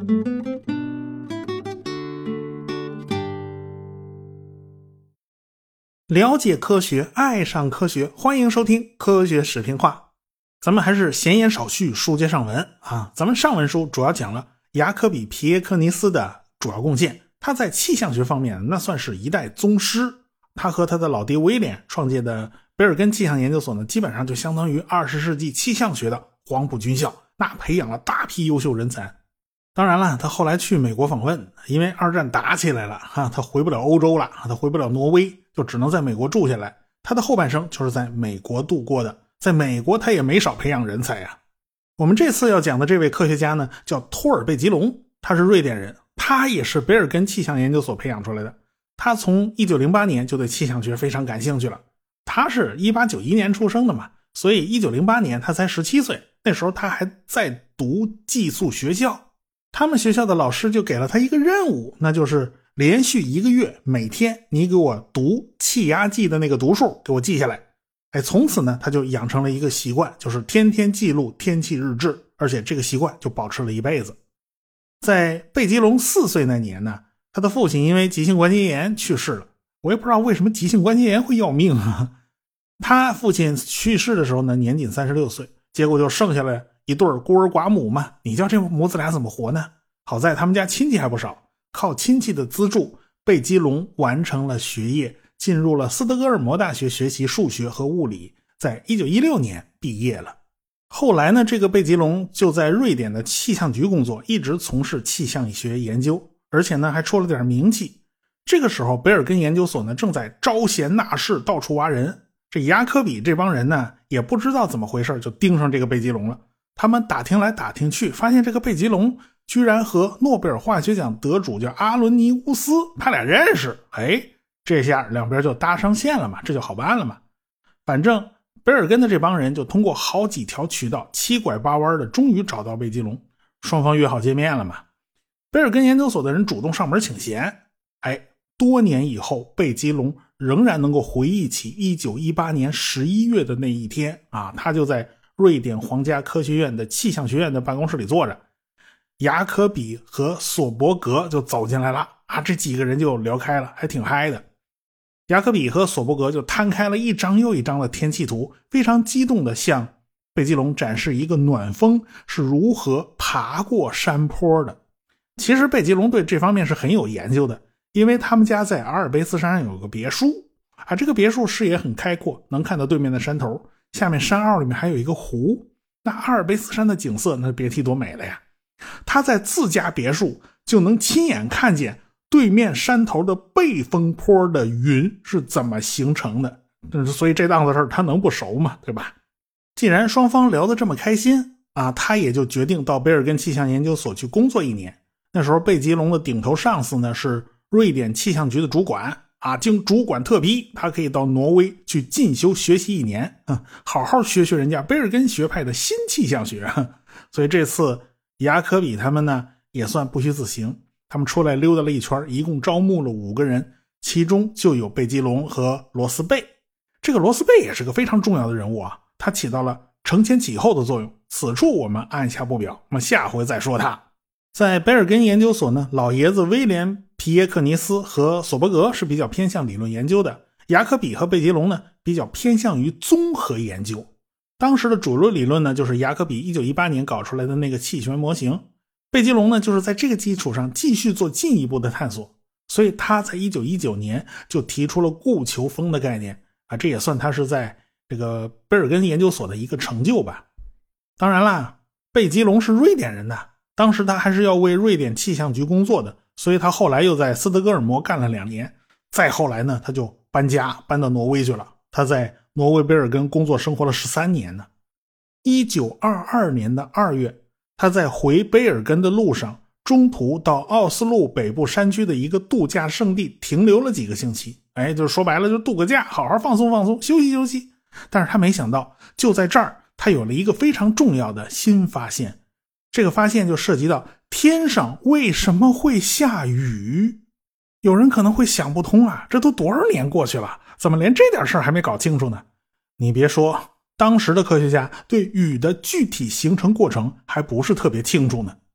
了解科学，爱上科学，欢迎收听科学视频化。咱们还是闲言少叙，书接上文啊。咱们上文书主要讲了雅科比·皮耶克尼斯的主要贡献，他在气象学方面那算是一代宗师。他和他的老爹威廉创建的贝尔根气象研究所呢，基本上就相当于20世纪气象学的黄埔军校，那培养了大批优秀人才。当然了，他后来去美国访问，因为二战打起来了他回不了欧洲了，他回不了挪威，就只能在美国住下来。他的后半生就是在美国度过的，在美国他也没少培养人才啊。我们这次要讲的这位科学家呢，叫托尔贝吉隆，他是瑞典人，他也是贝尔根气象研究所培养出来的。他从1908年就对气象学非常感兴趣了。他是1891年出生的嘛，所以1908年他才17岁，那时候他还在读寄宿学校。他们学校的老师就给了他一个任务，那就是连续1个月，每天你给我读气压计的那个读数，给我记下来。从此呢，他就养成了一个习惯，就是天天记录天气日志，而且这个习惯就保持了一辈子。在贝吉隆4岁那年呢，他的父亲因为急性关节炎去世了。我也不知道为什么急性关节炎会要命啊。他父亲去世的时候呢，年仅36岁，结果就剩下了一对孤儿寡母嘛，你叫这母子俩怎么活呢？好在他们家亲戚还不少，靠亲戚的资助，贝基隆完成了学业，进入了斯德哥尔摩大学学习数学和物理，在1916年毕业了。后来呢，这个贝吉隆就在瑞典的气象局工作，一直从事气象学研究，而且呢还出了点名气。这个时候贝尔根研究所呢正在招贤纳士，到处挖人。这雅科比这帮人呢也不知道怎么回事，就盯上这个贝吉隆了。他们打听来打听去，发现这个贝吉隆居然和诺贝尔化学奖得主叫阿伦尼乌斯，他俩认识。这下两边就搭上线了嘛，这就好办了嘛。反正贝尔根的这帮人就通过好几条渠道，七拐八弯的终于找到贝吉隆，双方约好见面了嘛。贝尔根研究所的人主动上门请闲。多年以后，贝吉隆仍然能够回忆起1918年11月的那一天啊，他就在瑞典皇家科学院的气象学院的办公室里坐着，雅科比和索伯格就走进来了啊，这几个人就聊开了，还挺嗨的。雅科比和索伯格就摊开了一张又一张的天气图，非常激动地向贝吉隆展示一个暖风是如何爬过山坡的。其实贝吉隆对这方面是很有研究的，因为他们家在阿尔卑斯山上有个别墅啊，这个别墅视野很开阔，能看到对面的山头，下面山坳里面还有一个湖，那阿尔卑斯山的景色那别提多美了呀。他在自家别墅就能亲眼看见对面山头的背风坡的云是怎么形成的，所以这档子事他能不熟吗？对吧？既然双方聊得这么开心啊，他也就决定到贝尔根气象研究所去工作1年。那时候贝吉隆的顶头上司呢是瑞典气象局的主管啊，经主管特批，他可以到挪威去进修学习1年，好好学学人家贝尔根学派的新气象学。所以这次雅科比他们呢也算不虚此行，他们出来溜达了一圈，一共招募了5个人，其中就有贝吉隆和罗斯贝。这个罗斯贝也是个非常重要的人物啊，他起到了承前启后的作用，此处我们按下不表，我们下回再说他。在贝尔根研究所呢，老爷子威廉皮耶克尼斯和索伯格是比较偏向理论研究的，雅科比和贝吉隆呢比较偏向于综合研究。当时的主流理论呢就是雅科比1918年搞出来的那个气旋模型，贝吉隆呢就是在这个基础上继续做进一步的探索，所以他在1919年就提出了固球风的概念啊，这也算他是在这个贝尔根研究所的一个成就吧。当然啦，贝吉隆是瑞典人呐，当时他还是要为瑞典气象局工作的，所以他后来又在斯德哥尔摩干了2年，再后来呢他就搬家搬到挪威去了，他在挪威贝尔根工作生活了13年呢。1922年的2月，他在回贝尔根的路上，中途到奥斯陆北部山区的一个度假胜地停留了几个星期，就是说白了就度个假，好好放松放松，休息休息。但是他没想到，就在这儿他有了一个非常重要的新发现，这个发现就涉及到天上为什么会下雨。有人可能会想不通啊，这都多少年过去了，怎么连这点事儿还没搞清楚呢？你别说，当时的科学家对雨的具体形成过程还不是特别清楚呢。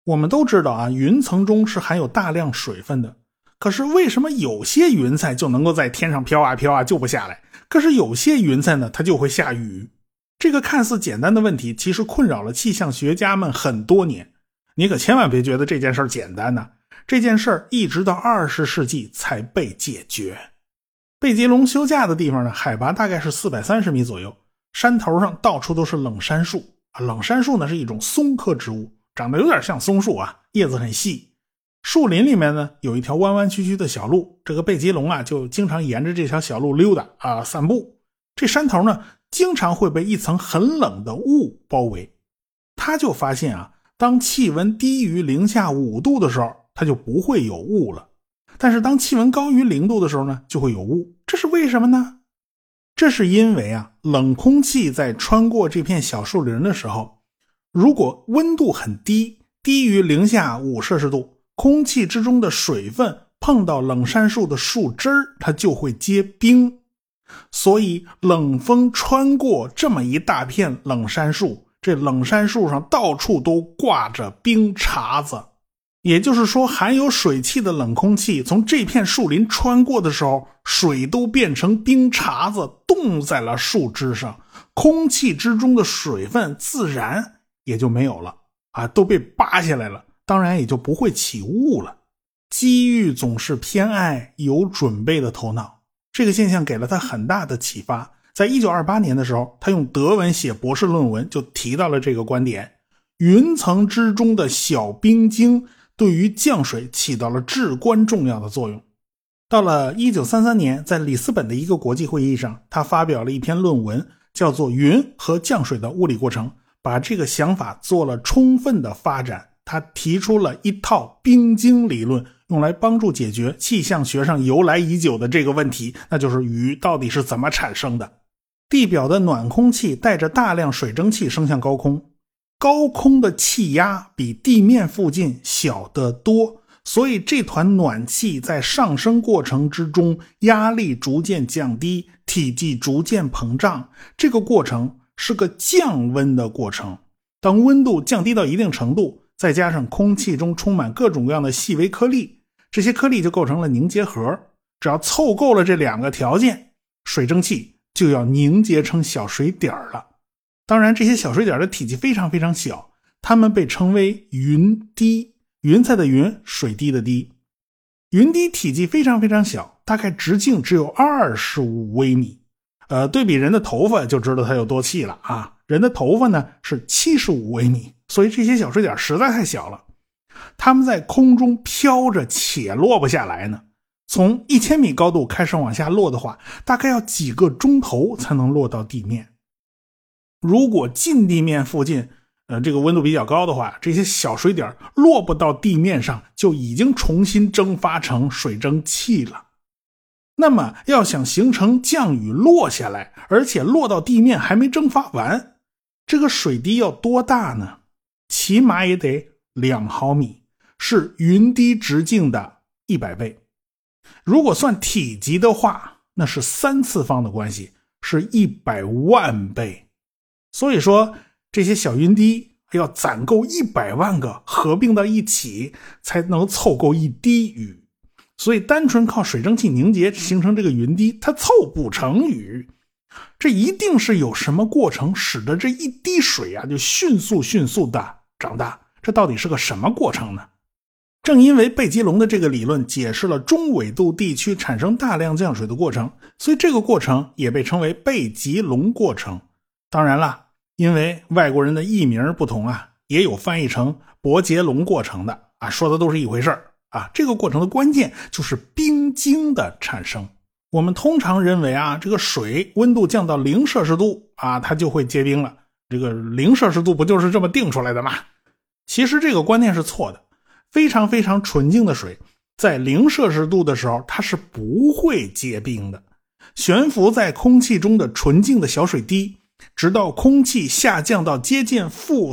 我们都知道啊，云层中是含有大量水分的，可是为什么有些云彩就能够在天上飘啊飘啊就不下来，可是有些云彩呢它就会下雨？这个看似简单的问题其实困扰了气象学家们很多年。你可千万别觉得这件事简单呢，这件事一直到20世纪才被解决。贝吉龙休假的地方呢，海拔大概是430米左右，山头上到处都是冷杉树。冷杉树呢是一种松科植物，长得有点像松树啊，叶子很细。树林里面呢有一条弯弯曲曲的小路，这个贝吉龙啊就经常沿着这条小路溜达散步。这山头呢经常会被一层很冷的雾包围。他就发现啊，当气温低于零下5度的时候，它就不会有雾了。但是当气温高于0度的时候呢，就会有雾。这是为什么呢？这是因为啊，冷空气在穿过这片小树林的时候，如果温度很低，低于零下5摄氏度，空气之中的水分碰到冷杉树的树枝它就会结冰。所以冷风穿过这么一大片冷杉树，这冷杉树上到处都挂着冰碴子。也就是说，含有水汽的冷空气从这片树林穿过的时候，水都变成冰碴子冻在了树枝上，空气之中的水分自然也就没有了都被扒下来了，当然也就不会起雾了。机遇总是偏爱有准备的头脑，这个现象给了他很大的启发。在1928年的时候，他用德文写博士论文就提到了这个观点，云层之中的小冰晶对于降水起到了至关重要的作用。到了1933年，在里斯本的一个国际会议上，他发表了一篇论文，叫做《云和降水的物理过程》，把这个想法做了充分的发展。他提出了一套冰晶理论，用来帮助解决气象学上由来已久的这个问题，那就是雨到底是怎么产生的。地表的暖空气带着大量水蒸气升向高空，高空的气压比地面附近小得多，所以这团暖气在上升过程之中，压力逐渐降低，体积逐渐膨胀。这个过程是个降温的过程。当温度降低到一定程度，再加上空气中充满各种各样的细微颗粒，这些颗粒就构成了凝结核。只要凑够了这2个条件，水蒸气就要凝结成小水点了。当然这些小水点的体积非常非常小，它们被称为云滴，云彩的云，水滴的滴。云滴体积非常非常小，大概直径只有25微米。对比人的头发就知道它有多细了啊！人的头发呢是75微米，所以这些小水点实在太小了。它们在空中飘着且落不下来呢。从1000米高度开始往下落的话，大概要几个钟头才能落到地面。如果近地面附近这个温度比较高的话，这些小水点落不到地面上，就已经重新蒸发成水蒸气了。那么要想形成降雨落下来，而且落到地面还没蒸发完，这个水滴要多大呢？起码也得2毫米，是云滴直径的100倍。如果算体积的话，那是3次方的关系，是100万倍。所以说这些小云滴要攒够100万个合并到一起，才能凑够一滴雨。所以单纯靠水蒸气凝结形成这个云滴，它凑不成雨。这一定是有什么过程使得这一滴水就迅速的长大。这到底是个什么过程呢？正因为贝吉龙的这个理论解释了中纬度地区产生大量降水的过程，所以这个过程也被称为贝吉龙过程。当然了，因为外国人的译名不同也有翻译成伯杰龙过程的说的都是一回事儿。这个过程的关键就是冰晶的产生。我们通常认为这个水温度降到0摄氏度它就会结冰了。这个0摄氏度不就是这么定出来的吗？其实这个观念是错的。非常非常纯净的水，在0摄氏度的时候，它是不会结冰的。悬浮在空气中的纯净的小水滴，直到空气下降到接近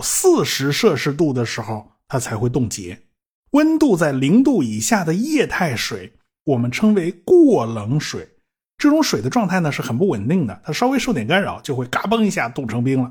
-40摄氏度的时候，它才会冻结。温度在0度以下的液态水，我们称为过冷水。这种水的状态呢是很不稳定的，它稍微受点干扰就会嘎嘣一下冻成冰了。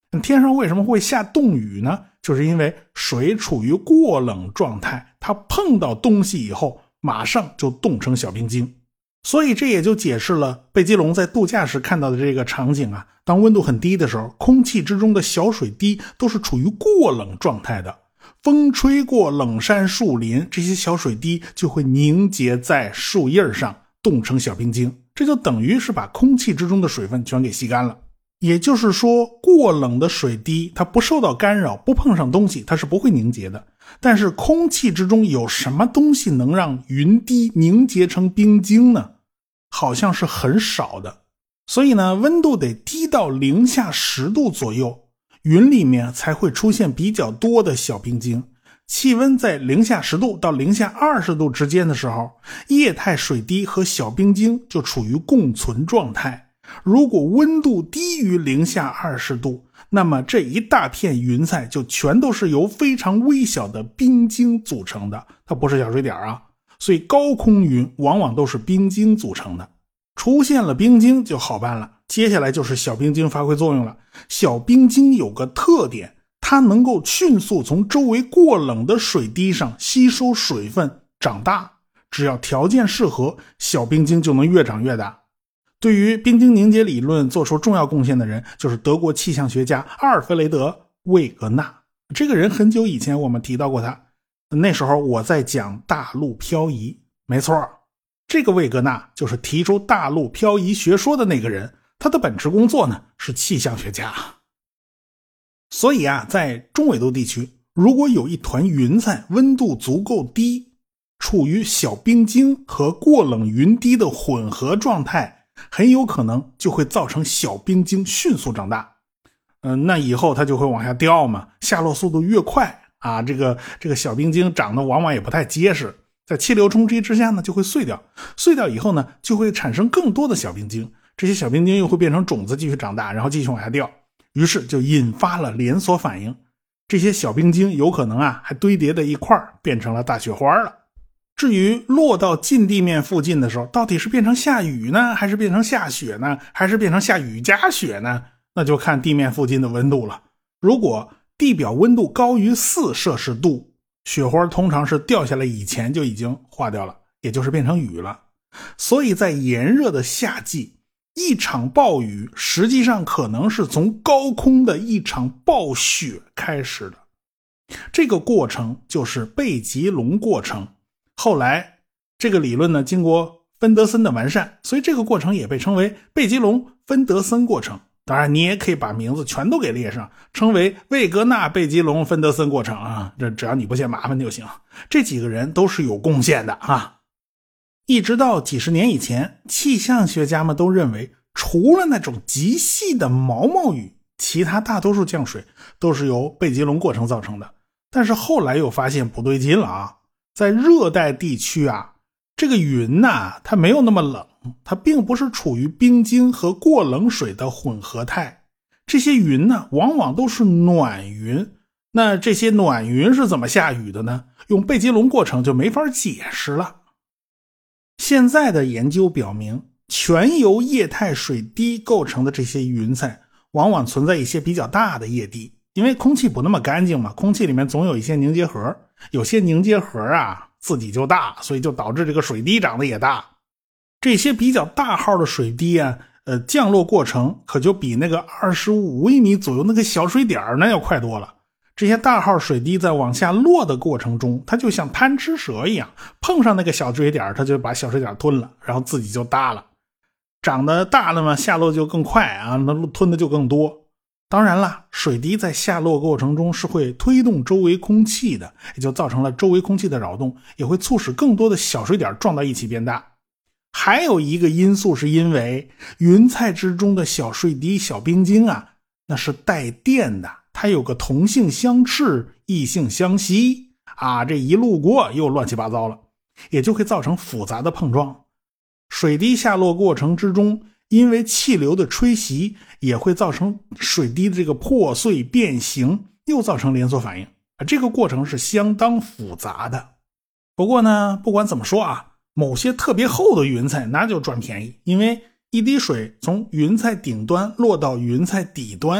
天上为什么会下冻雨呢？就是因为水处于过冷状态，它碰到东西以后马上就冻成小冰晶。所以这也就解释了贝基龙在度假时看到的这个场景啊，当温度很低的时候，空气之中的小水滴都是处于过冷状态的，风吹过冷杉树林，这些小水滴就会凝结在树叶上，冻成小冰晶，这就等于是把空气之中的水分全给吸干了。也就是说，过冷的水滴它不受到干扰，不碰上东西它是不会凝结的。但是空气之中有什么东西能让云滴凝结成冰晶呢？好像是很少的。所以呢，温度得低到零下10度左右，云里面才会出现比较多的小冰晶。气温在零下10度到零下20度之间的时候，液态水滴和小冰晶就处于共存状态。如果温度低于零下20度，那么这一大片云彩就全都是由非常微小的冰晶组成的，它不是小水点啊。所以高空云往往都是冰晶组成的。出现了冰晶就好办了，接下来就是小冰晶发挥作用了。小冰晶有个特点，它能够迅速从周围过冷的水滴上吸收水分长大，只要条件适合，小冰晶就能越长越大。对于冰晶凝结理论做出重要贡献的人，就是德国气象学家阿尔弗雷德·魏格纳。这个人很久以前我们提到过他，那时候我在讲大陆漂移。没错，这个魏格纳就是提出大陆漂移学说的那个人，他的本职工作呢是气象学家。所以啊，在中纬度地区，如果有一团云彩温度足够低，处于小冰晶和过冷云滴的混合状态，很有可能就会造成小冰晶迅速长大。那以后它就会往下掉嘛，下落速度越快啊，这个小冰晶长得往往也不太结实，在气流冲击之下呢就会碎掉，碎掉以后呢就会产生更多的小冰晶，这些小冰晶又会变成种子继续长大，然后继续往下掉，于是就引发了连锁反应，这些小冰晶有可能啊还堆叠在一块儿，变成了大雪花了。至于落到近地面附近的时候，到底是变成下雨呢，还是变成下雪呢，还是变成下雨加雪呢？那就看地面附近的温度了。如果地表温度高于4摄氏度，雪花通常是掉下来以前就已经化掉了，也就是变成雨了。所以在炎热的夏季，一场暴雨实际上可能是从高空的一场暴雪开始的。这个过程就是贝吉隆过程。后来这个理论呢经过芬德森的完善，所以这个过程也被称为贝吉隆芬德森过程。当然你也可以把名字全都给列上，称为魏格纳贝吉隆芬德森过程啊，这只要你不嫌麻烦就行。这几个人都是有贡献的啊。一直到几十年以前，气象学家们都认为除了那种极细的毛毛雨，其他大多数降水都是由贝吉隆过程造成的。但是后来又发现不对劲了啊，在热带地区啊，这个云啊它没有那么冷，它并不是处于冰晶和过冷水的混合态，这些云呢往往都是暖云。那这些暖云是怎么下雨的呢？用贝吉隆过程就没法解释了。现在的研究表明，全由液态水滴构成的这些云彩往往存在一些比较大的液滴，因为空气不那么干净嘛，空气里面总有一些凝结核，有些凝结核啊自己就大，所以就导致这个水滴长得也大。这些比较大号的水滴啊，降落过程可就比那个25微米左右那个小水点那要快多了。这些大号水滴在往下落的过程中，它就像贪吃蛇一样，碰上那个小水点，它就把小水点吞了，然后自己就大了。长得大了嘛，下落就更快啊，那吞的就更多。当然了，水滴在下落过程中是会推动周围空气的，也就造成了周围空气的扰动，也会促使更多的小水点撞到一起变大。还有一个因素是因为云彩之中的小水滴、小冰晶啊，那是带电的，它有个同性相斥，异性相吸啊，这一路过又乱七八糟了，也就会造成复杂的碰撞。水滴下落过程之中，因为气流的吹袭，也会造成水滴的这个破碎变形，又造成连锁反应。这个过程是相当复杂的。不过呢，不管怎么说啊，某些特别厚的云彩那就赚便宜，因为一滴水从云彩顶端落到云彩底端，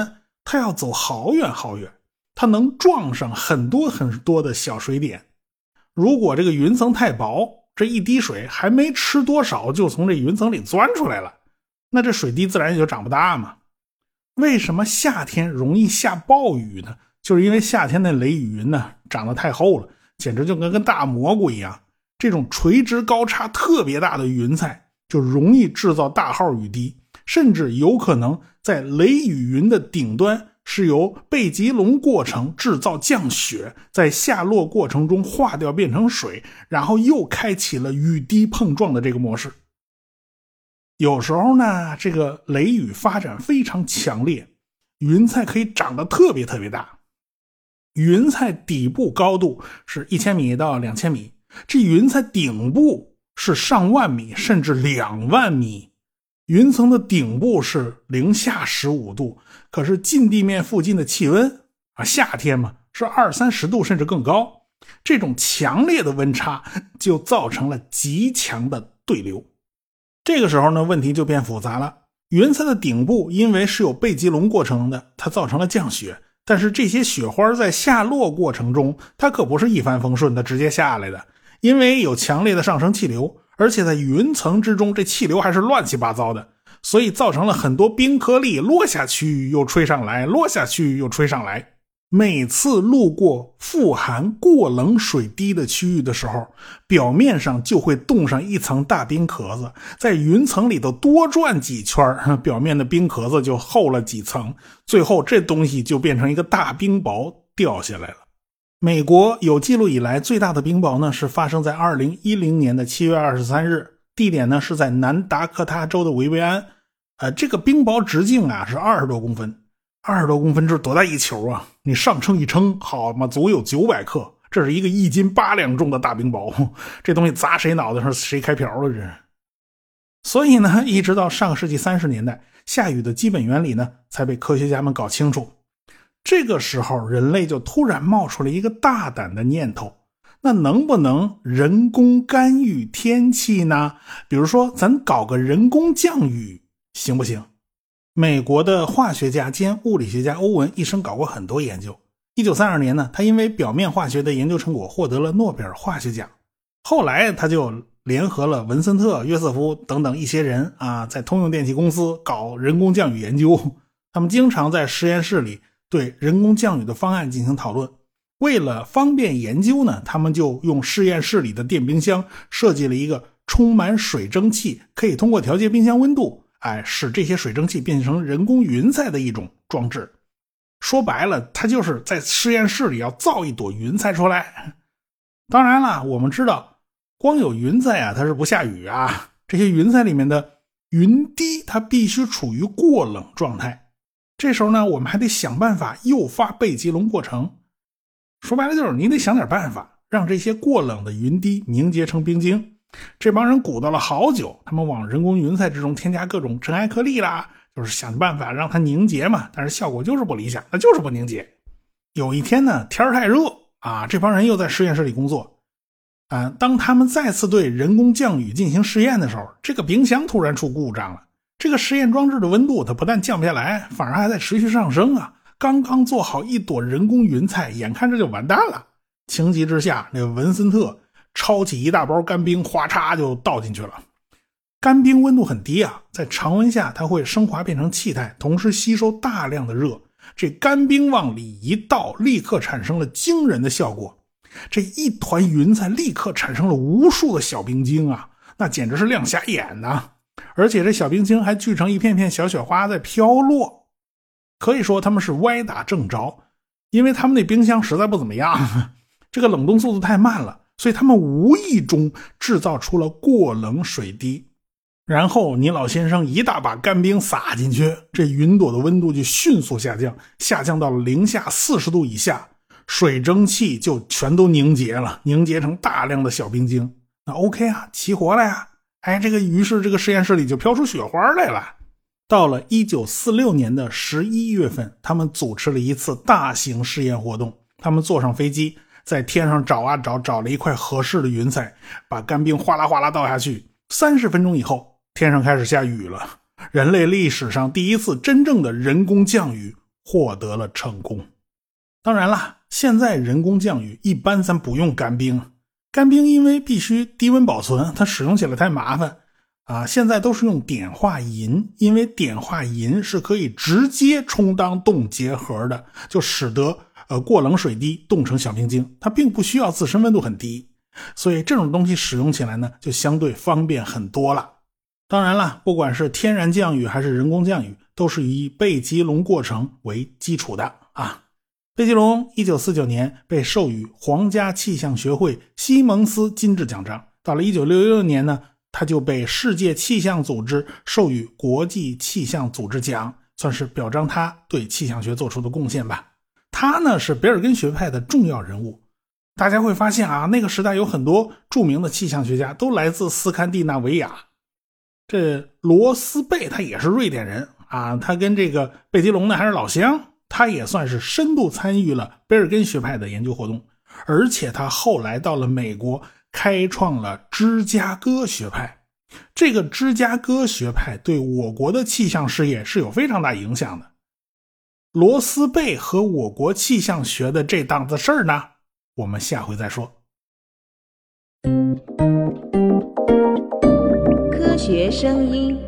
它要走好远好远，它能撞上很多很多的小水点。如果这个云层太薄，这一滴水还没吃多少就从这云层里钻出来了，那这水滴自然也就长不大嘛。为什么夏天容易下暴雨呢？就是因为夏天的雷雨云呢长得太厚了，简直就跟大蘑菇一样。这种垂直高差特别大的云彩就容易制造大号雨滴，甚至有可能在雷雨云的顶端是由贝吉隆过程制造降雪，在下落过程中化掉变成水，然后又开启了雨滴碰撞的这个模式。有时候呢，这个雷雨发展非常强烈，云彩可以长得特别特别大。云彩底部高度是1000米到2000米，这云彩顶部是上万米甚至2万米。云层的顶部是零下15度，可是近地面附近的气温夏天嘛，是20-30度甚至更高。这种强烈的温差就造成了极强的对流。这个时候呢，问题就变复杂了。云彩的顶部因为是有贝吉隆过程的，它造成了降雪，但是这些雪花在下落过程中，它可不是一帆风顺的直接下来的，因为有强烈的上升气流，而且在云层之中，这气流还是乱七八糟的，所以造成了很多冰颗粒落下去又吹上来，落下去又吹上来。每次路过富含过冷水滴的区域的时候，表面上就会冻上一层大冰壳子，在云层里头多转几圈，表面的冰壳子就厚了几层，最后这东西就变成一个大冰雹掉下来了。美国有记录以来最大的冰雹呢，是发生在2010年的7月23日，地点呢是在南达科他州的维维安。这个冰雹直径是20多公分，20多公分这是多大一球啊！你上称一称，好嘛，足有900克，这是一个1斤8两重的大冰雹，这东西砸谁脑袋上谁开瓢了这是。所以呢，一直到上个世纪30年代，下雨的基本原理呢才被科学家们搞清楚。这个时候人类就突然冒出了一个大胆的念头，那能不能人工干预天气呢？比如说咱搞个人工降雨行不行？美国的化学家兼物理学家欧文一生搞过很多研究。1932年呢，他因为表面化学的研究成果获得了诺贝尔化学奖。后来他就联合了文森特、约瑟夫等等一些人在通用电气公司搞人工降雨研究。他们经常在实验室里对人工降雨的方案进行讨论。为了方便研究呢，他们就用实验室里的电冰箱设计了一个充满水蒸气，可以通过调节冰箱温度使这些水蒸气变成人工云彩的一种装置。说白了，它就是在实验室里要造一朵云彩出来。当然了，我们知道光有云彩它是不下雨这些云彩里面的云滴它必须处于过冷状态。这时候呢，我们还得想办法诱发贝吉隆过程。说白了就是你得想点办法，让这些过冷的云滴凝结成冰晶。这帮人鼓捣了好久，他们往人工云彩之中添加各种尘埃颗粒啦，就是想办法让它凝结嘛，但是效果就是不理想，那就是不凝结。有一天呢，天太热这帮人又在实验室里工作当他们再次对人工降雨进行实验的时候，这个冰箱突然出故障了。这个实验装置的温度它不但降不下来，反而还在持续上升刚刚做好一朵人工云彩，眼看着就完蛋了。情急之下，那个文森特抄起一大包干冰，哗嚓就倒进去了。干冰温度很低在常温下它会升华变成气态，同时吸收大量的热。这干冰往里一倒，立刻产生了惊人的效果。这一团云彩立刻产生了无数的小冰晶那简直是亮瞎眼而且这小冰晶还聚成一片片小雪花在飘落。可以说他们是歪打正着，因为他们那冰箱实在不怎么样，这个冷冻速度太慢了，所以他们无意中制造出了过冷水滴。然后你老先生一大把干冰撒进去，这云朵的温度就迅速下降，下降到了零下40度以下，水蒸气就全都凝结了，凝结成大量的小冰晶。那 OK 齐活了呀。于是这个实验室里就飘出雪花来了。到了1946年的11月份，他们组织了一次大型试验活动。他们坐上飞机，在天上找找了一块合适的云彩，把干冰哗啦哗啦倒下去。30分钟以后，天上开始下雨了。人类历史上第一次真正的人工降雨获得了成功。当然了，现在人工降雨一般咱不用干冰，干冰因为必须低温保存，它使用起来太麻烦现在都是用碘化银，因为碘化银是可以直接充当冻结核的，就使得过冷水滴冻成小冰晶，它并不需要自身温度很低，所以这种东西使用起来呢就相对方便很多了。当然了，不管是天然降雨还是人工降雨，都是以贝吉隆过程为基础的贝吉隆1949年被授予皇家气象学会西蒙斯金质奖章，到了1966年呢，他就被世界气象组织授予国际气象组织奖，算是表彰他对气象学做出的贡献吧。他呢是贝尔根学派的重要人物，大家会发现那个时代有很多著名的气象学家都来自斯堪的纳维亚。这罗斯贝他也是瑞典人他跟这个贝吉隆呢还是老乡，他也算是深度参与了贝尔根学派的研究活动，而且他后来到了美国开创了芝加哥学派。这个芝加哥学派对我国的气象事业是有非常大影响的。罗斯贝和我国气象学的这档子事儿呢，我们下回再说。 科学声音